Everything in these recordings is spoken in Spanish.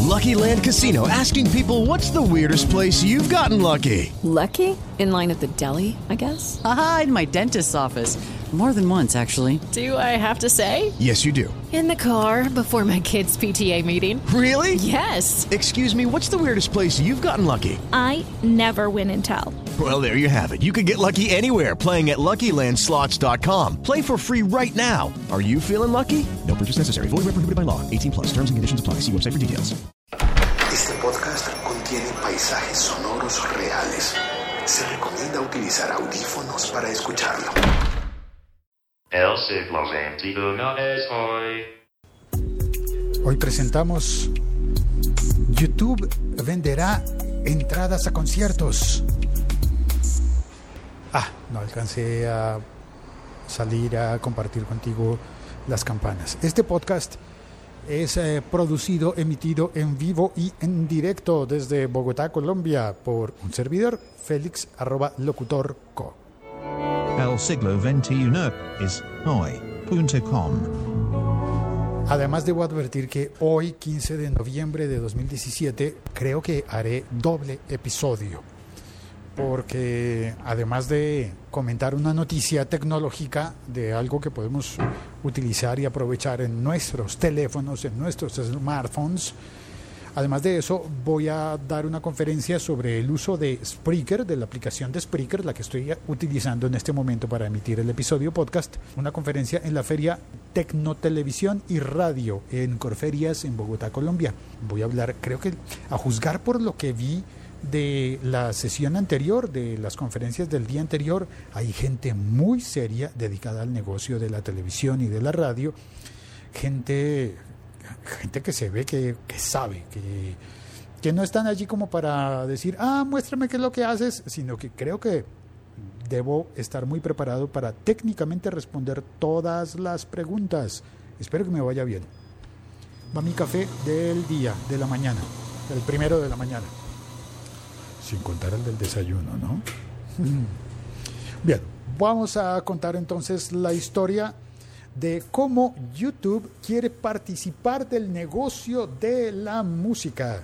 Lucky Land Casino, asking people, what's the weirdest place you've gotten lucky? Lucky? In line at the deli, I guess? Aha, in my dentist's office. More than once, actually. Do I have to say? Yes, you do. In the car before my kids' PTA meeting. Really? Yes. Excuse me, what's the weirdest place you've gotten lucky? I never win and tell. Well, there you have it. You can get lucky anywhere, playing at LuckyLandSlots.com. Play for free right now. Are you feeling lucky? No purchase necessary. Void where prohibited by law. 18+. Terms and conditions apply. See website for details. Este podcast contiene paisajes sonoros reales. Se recomienda utilizar audífonos para escucharlo. El siglo XXI es hoy. Hoy presentamos YouTube venderá entradas a conciertos. No alcancé a salir a compartir contigo las campanas. Este podcast es producido, emitido en vivo y en directo desde Bogotá, Colombia, por un servidor, Félix @locutorco. El siglo XXI es hoy.com. Además, debo advertir que hoy, 15 de noviembre de 2017, creo que haré doble episodio. Porque además de comentar una noticia tecnológica de algo que podemos utilizar y aprovechar en nuestros teléfonos, en nuestros smartphones, además de eso voy a dar una conferencia sobre el uso de Spreaker, de la aplicación de Spreaker, la que estoy utilizando en este momento para emitir el episodio podcast, una conferencia en la Feria Tecnotelevisión y Radio en Corferias, en Bogotá, Colombia. Voy a hablar, creo que a juzgar por lo que vi de la sesión anterior, de las conferencias del día anterior, hay gente muy seria dedicada al negocio de la televisión y de la radio, gente que se ve que sabe, que no están allí como para decir, muéstrame qué es lo que haces, sino que creo que debo estar muy preparado para técnicamente responder todas las preguntas. Espero que me vaya bien. Va mi café del día, de la mañana, el primero de la mañana. Sin contar el del desayuno, ¿no? Bien, vamos a contar entonces la historia de cómo YouTube quiere participar del negocio de la música.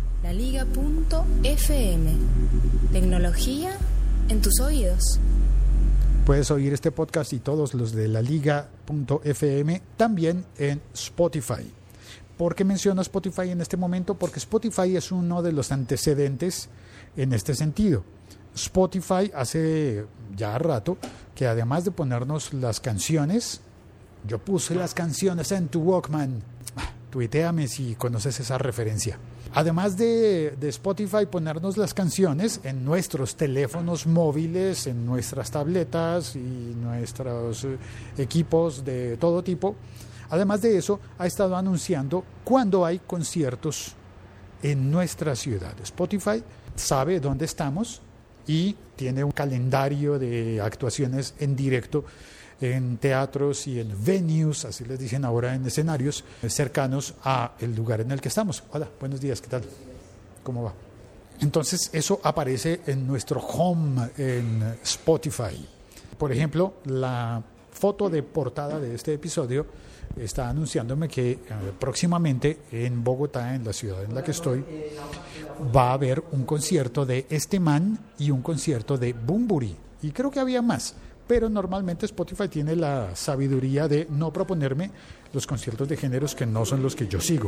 LaLiga.fm. Tecnología en tus oídos. Puedes oír este podcast y todos los de LaLiga.fm también en Spotify. ¿Por qué menciono Spotify en este momento? Porque Spotify es uno de los antecedentes en este sentido. Spotify hace ya rato que además de ponernos las canciones, yo puse las canciones en tu Walkman. Tuiteame si conoces esa referencia. Además de Spotify ponernos las canciones en nuestros teléfonos móviles, en nuestras tabletas y nuestros equipos de todo tipo, además de eso, ha estado anunciando cuando hay conciertos en nuestra ciudad. Spotify sabe dónde estamos y tiene un calendario de actuaciones en directo en teatros y en venues, así les dicen ahora, en escenarios cercanos a el lugar en el que estamos. Hola, buenos días, ¿qué tal? ¿Cómo va? Entonces, eso aparece en nuestro home en Spotify. Por ejemplo, la foto de portada de este episodio está anunciándome que próximamente en Bogotá, en la ciudad en la que estoy, va a haber un concierto de este man y un concierto de Bunbury. Y creo que había más, pero normalmente Spotify tiene la sabiduría de no proponerme los conciertos de géneros que no son los que yo sigo.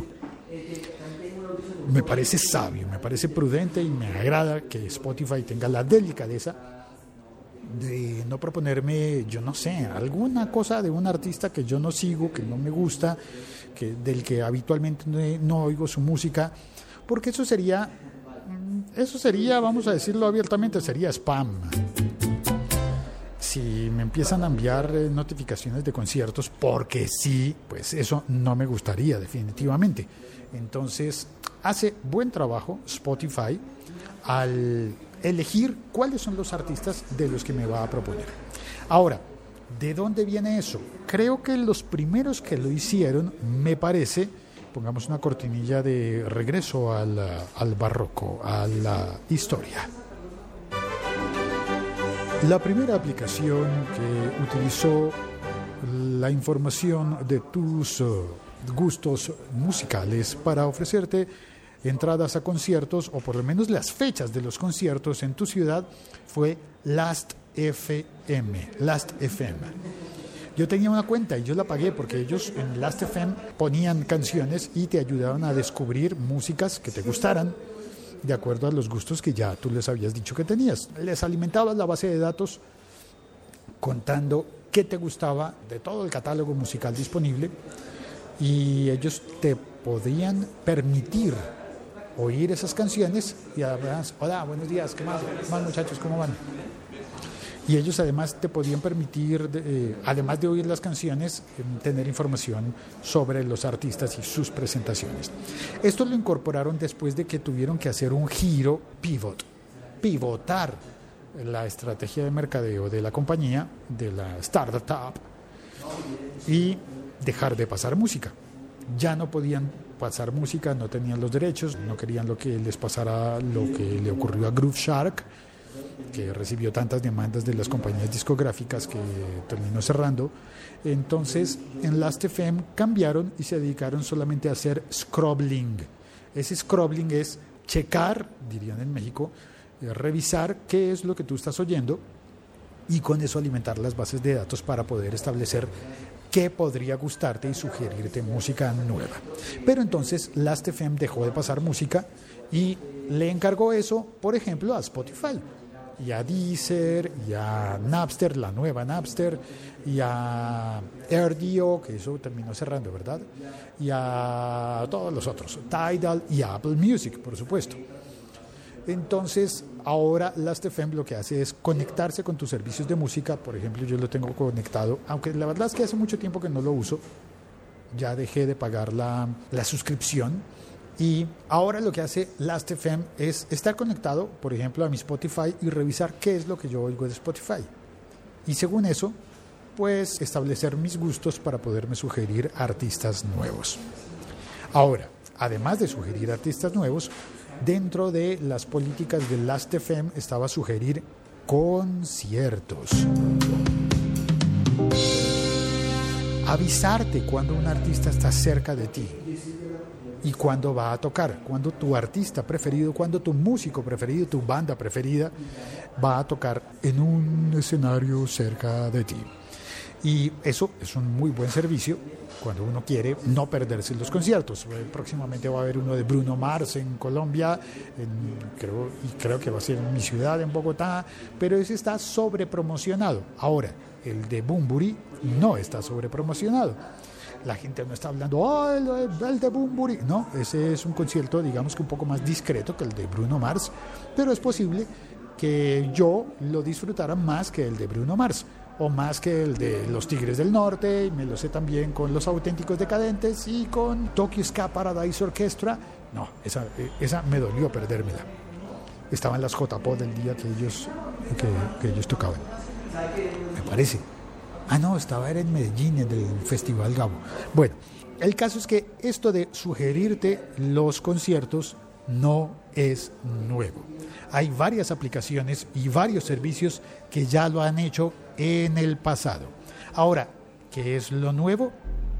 Me parece sabio, me parece prudente y me agrada que Spotify tenga la delicadeza de no proponerme, yo no sé, alguna cosa de un artista que yo no sigo, que no me gusta, del que habitualmente no oigo su música, porque eso sería, vamos a decirlo abiertamente, sería spam. Si me empiezan a enviar notificaciones de conciertos, porque sí, pues eso no me gustaría definitivamente. Entonces, hace buen trabajo Spotify al elegir cuáles son los artistas de los que me va a proponer. Ahora, ¿de dónde viene eso? Creo que los primeros que lo hicieron, me parece, pongamos una cortinilla de regreso al barroco, a la historia. La primera aplicación que utilizó la información de tus gustos musicales para ofrecerte entradas a conciertos, o por lo menos las fechas de los conciertos en tu ciudad, fue Last.fm. Yo tenía una cuenta y yo la pagué porque ellos en Last.fm ponían canciones y te ayudaban a descubrir músicas que te gustaran de acuerdo a los gustos que ya tú les habías dicho que tenías. Les alimentabas la base de datos contando qué te gustaba de todo el catálogo musical disponible y ellos te podían permitir oír esas canciones y además, hola, buenos días, ¿qué más muchachos, cómo van? Y ellos además te podían permitir, además de oír las canciones, tener información sobre los artistas y sus presentaciones. Esto lo incorporaron después de que tuvieron que hacer un giro pivotar la estrategia de mercadeo de la compañía, de la startup, y dejar de pasar música. Ya no podían pasar música, no tenían los derechos, no querían lo que les pasara lo que le ocurrió a Groove Shark, que recibió tantas demandas de las compañías discográficas que terminó cerrando. Entonces en Last.fm cambiaron y se dedicaron solamente a hacer scrobbling. Ese scrobbling es checar, dirían en México, revisar qué es lo que tú estás oyendo y con eso alimentar las bases de datos para poder establecer qué podría gustarte y sugerirte música nueva. Pero entonces Last.fm dejó de pasar música y le encargó eso, por ejemplo, a Spotify, y a Deezer, y a Napster, la nueva Napster, y a RDO, que eso terminó cerrando, ¿verdad? Y a todos los otros, Tidal y Apple Music, por supuesto. Entonces, ahora Last.fm lo que hace es conectarse con tus servicios de música. Por ejemplo, yo lo tengo conectado, aunque la verdad es que hace mucho tiempo que no lo uso, ya dejé de pagar la suscripción. Y ahora lo que hace Last.fm es estar conectado, por ejemplo, a mi Spotify y revisar qué es lo que yo oigo de Spotify. Y según eso, pues establecer mis gustos para poderme sugerir artistas nuevos. Ahora, además de sugerir artistas nuevos, dentro de las políticas de Last.fm estaba sugerir conciertos. Avisarte cuando un artista está cerca de ti y cuándo va a tocar, cuándo tu artista preferido, cuándo tu músico preferido, tu banda preferida va a tocar en un escenario cerca de ti. Y eso es un muy buen servicio cuando uno quiere no perderse los conciertos. Próximamente va a haber uno de Bruno Mars en Colombia, creo que va a ser en mi ciudad, en Bogotá, pero ese está sobrepromocionado. Ahora, el de Bunbury no está sobrepromocionado. La gente no está hablando, el de Bunbury. No, ese es un concierto, digamos que un poco más discreto que el de Bruno Mars, pero es posible que yo lo disfrutara más que el de Bruno Mars, o más que el de los Tigres del Norte, y me lo sé también con los Auténticos Decadentes y con Tokyo Ska Paradise Orchestra. No, esa me dolió perdérmela. Estaban las J-Pod el día que ellos tocaban, me parece. No, era en Medellín, en el Festival Gabo. Bueno, el caso es que esto de sugerirte los conciertos no es nuevo. Hay varias aplicaciones y varios servicios que ya lo han hecho en el pasado. Ahora, ¿qué es lo nuevo?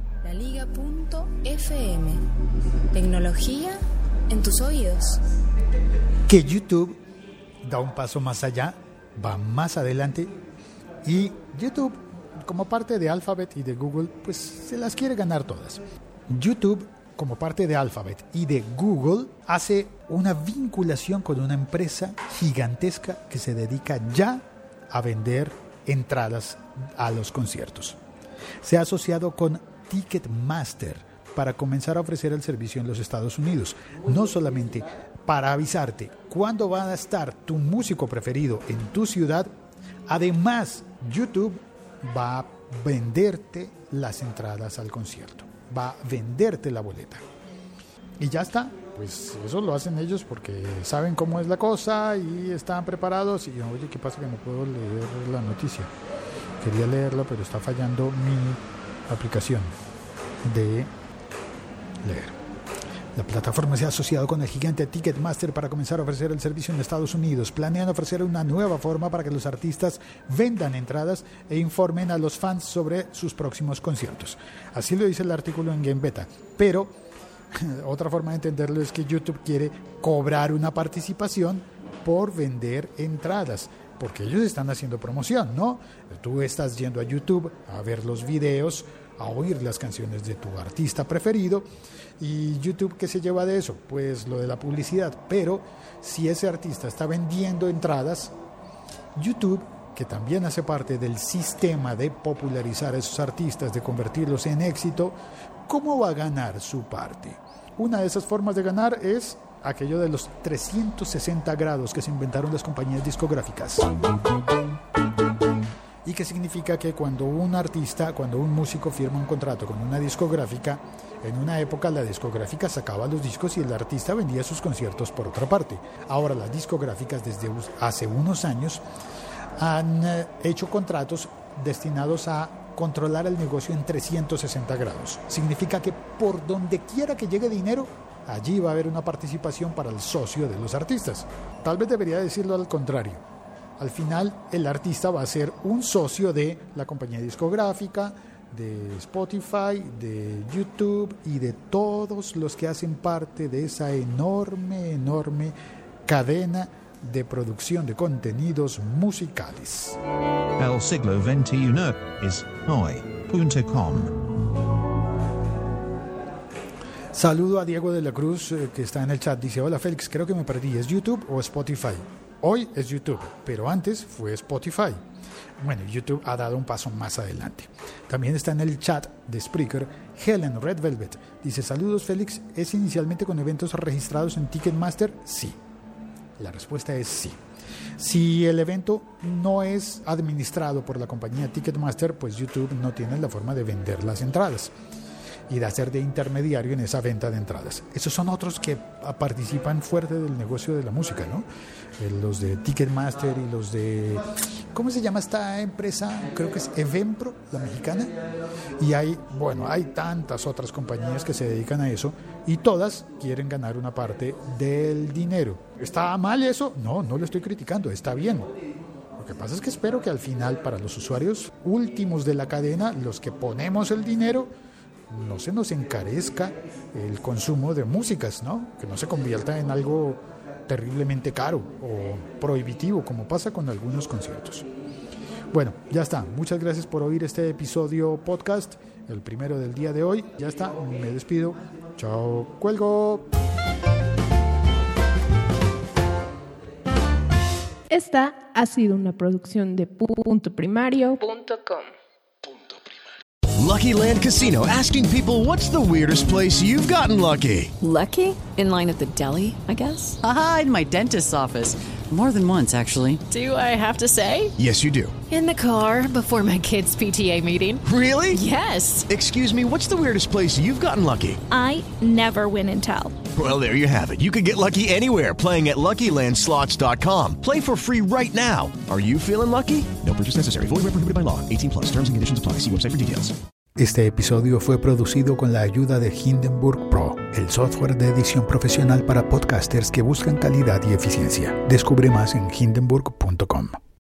LaLiga.fm. Tecnología en tus oídos. Que YouTube da un paso más allá, va más adelante, y YouTube, como parte de Alphabet y de Google, pues se las quiere ganar todas. YouTube, como parte de Alphabet y de Google, hace una vinculación con una empresa gigantesca que se dedica ya a vender entradas a los conciertos. Se ha asociado con Ticketmaster para comenzar a ofrecer el servicio en los Estados Unidos, no solamente para avisarte cuándo va a estar tu músico preferido en tu ciudad. Además, YouTube va a venderte las entradas al concierto, va a venderte la boleta. Y ya está, pues eso lo hacen ellos porque saben cómo es la cosa y están preparados. Y oye, ¿qué pasa que no puedo leer la noticia? Quería leerla, pero está fallando mi aplicación de leer. La plataforma se ha asociado con el gigante Ticketmaster para comenzar a ofrecer el servicio en Estados Unidos. Planean ofrecer una nueva forma para que los artistas vendan entradas e informen a los fans sobre sus próximos conciertos. Así lo dice el artículo en Game Beta. Pero Otra forma de entenderlo es que YouTube quiere cobrar una participación por vender entradas, porque ellos están haciendo promoción, ¿no? Tú estás yendo a YouTube a ver los videos, a oír las canciones de tu artista preferido, y YouTube, ¿qué se lleva de eso? Pues lo de la publicidad. Pero si ese artista está vendiendo entradas, YouTube, que también hace parte del sistema de popularizar a esos artistas, de convertirlos en éxito, ¿cómo va a ganar su parte? Una de esas formas de ganar es aquello de los 360 grados que se inventaron las compañías discográficas. Y que significa que cuando un artista, cuando un músico firma un contrato con una discográfica, en una época la discográfica sacaba los discos y el artista vendía sus conciertos por otra parte. Ahora las discográficas desde hace unos años han hecho contratos destinados a controlar el negocio en 360 grados. Significa que por donde quiera que llegue dinero, allí va a haber una participación para el socio de los artistas. Tal vez debería decirlo al contrario. Al final, el artista va a ser un socio de la compañía discográfica, de Spotify, de YouTube y de todos los que hacen parte de esa enorme cadena de producción de contenidos musicales. El siglo XXI es hoy.com. Saludo a Diego de la Cruz, que está en el chat. Dice: hola Félix, creo que me perdí. ¿Es YouTube o Spotify? Hoy es YouTube, pero antes fue Spotify. Bueno, YouTube ha dado un paso más adelante. También está en el chat de Spreaker Helen Red Velvet. Dice: saludos Félix, ¿es inicialmente con eventos registrados en Ticketmaster? Sí. La respuesta es sí. Si el evento no es administrado por la compañía Ticketmaster, pues YouTube no tiene la forma de vender las entradas y de hacer de intermediario en esa venta de entradas. Esos son otros que participan fuerte del negocio de la música, ¿no? Los de Ticketmaster y los de... ¿Cómo se llama esta empresa? Creo que es Eventpro, la mexicana. Y hay tantas otras compañías que se dedican a eso y todas quieren ganar una parte del dinero. ¿Está mal eso? No lo estoy criticando, está bien. Lo que pasa es que espero que al final, para los usuarios últimos de la cadena, los que ponemos el dinero, no se nos encarezca el consumo de músicas, ¿no? Que no se convierta en algo terriblemente caro o prohibitivo, como pasa con algunos conciertos. Bueno, ya está. Muchas gracias por oír este episodio podcast, el primero del día de hoy. Ya está, me despido. Chao, cuelgo. Esta ha sido una producción de puntoprimario.com. Lucky Land Casino, asking people, what's the weirdest place you've gotten lucky? Lucky? In line at the deli, I guess? Aha, in my dentist's office. More than once, actually. Do I have to say? Yes, you do. In the car before my kids' PTA meeting. Really? Yes. Excuse me, what's the weirdest place you've gotten lucky? I never win and tell. Well, there you have it. You can get lucky anywhere, playing at LuckyLandSlots.com. Play for free right now. Are you feeling lucky? No purchase necessary. Void where prohibited by law. 18+. Terms and conditions apply. See website for details. Este episodio fue producido con la ayuda de Hindenburg Pro, el software de edición profesional para podcasters que buscan calidad y eficiencia. Descubre más en hindenburg.com.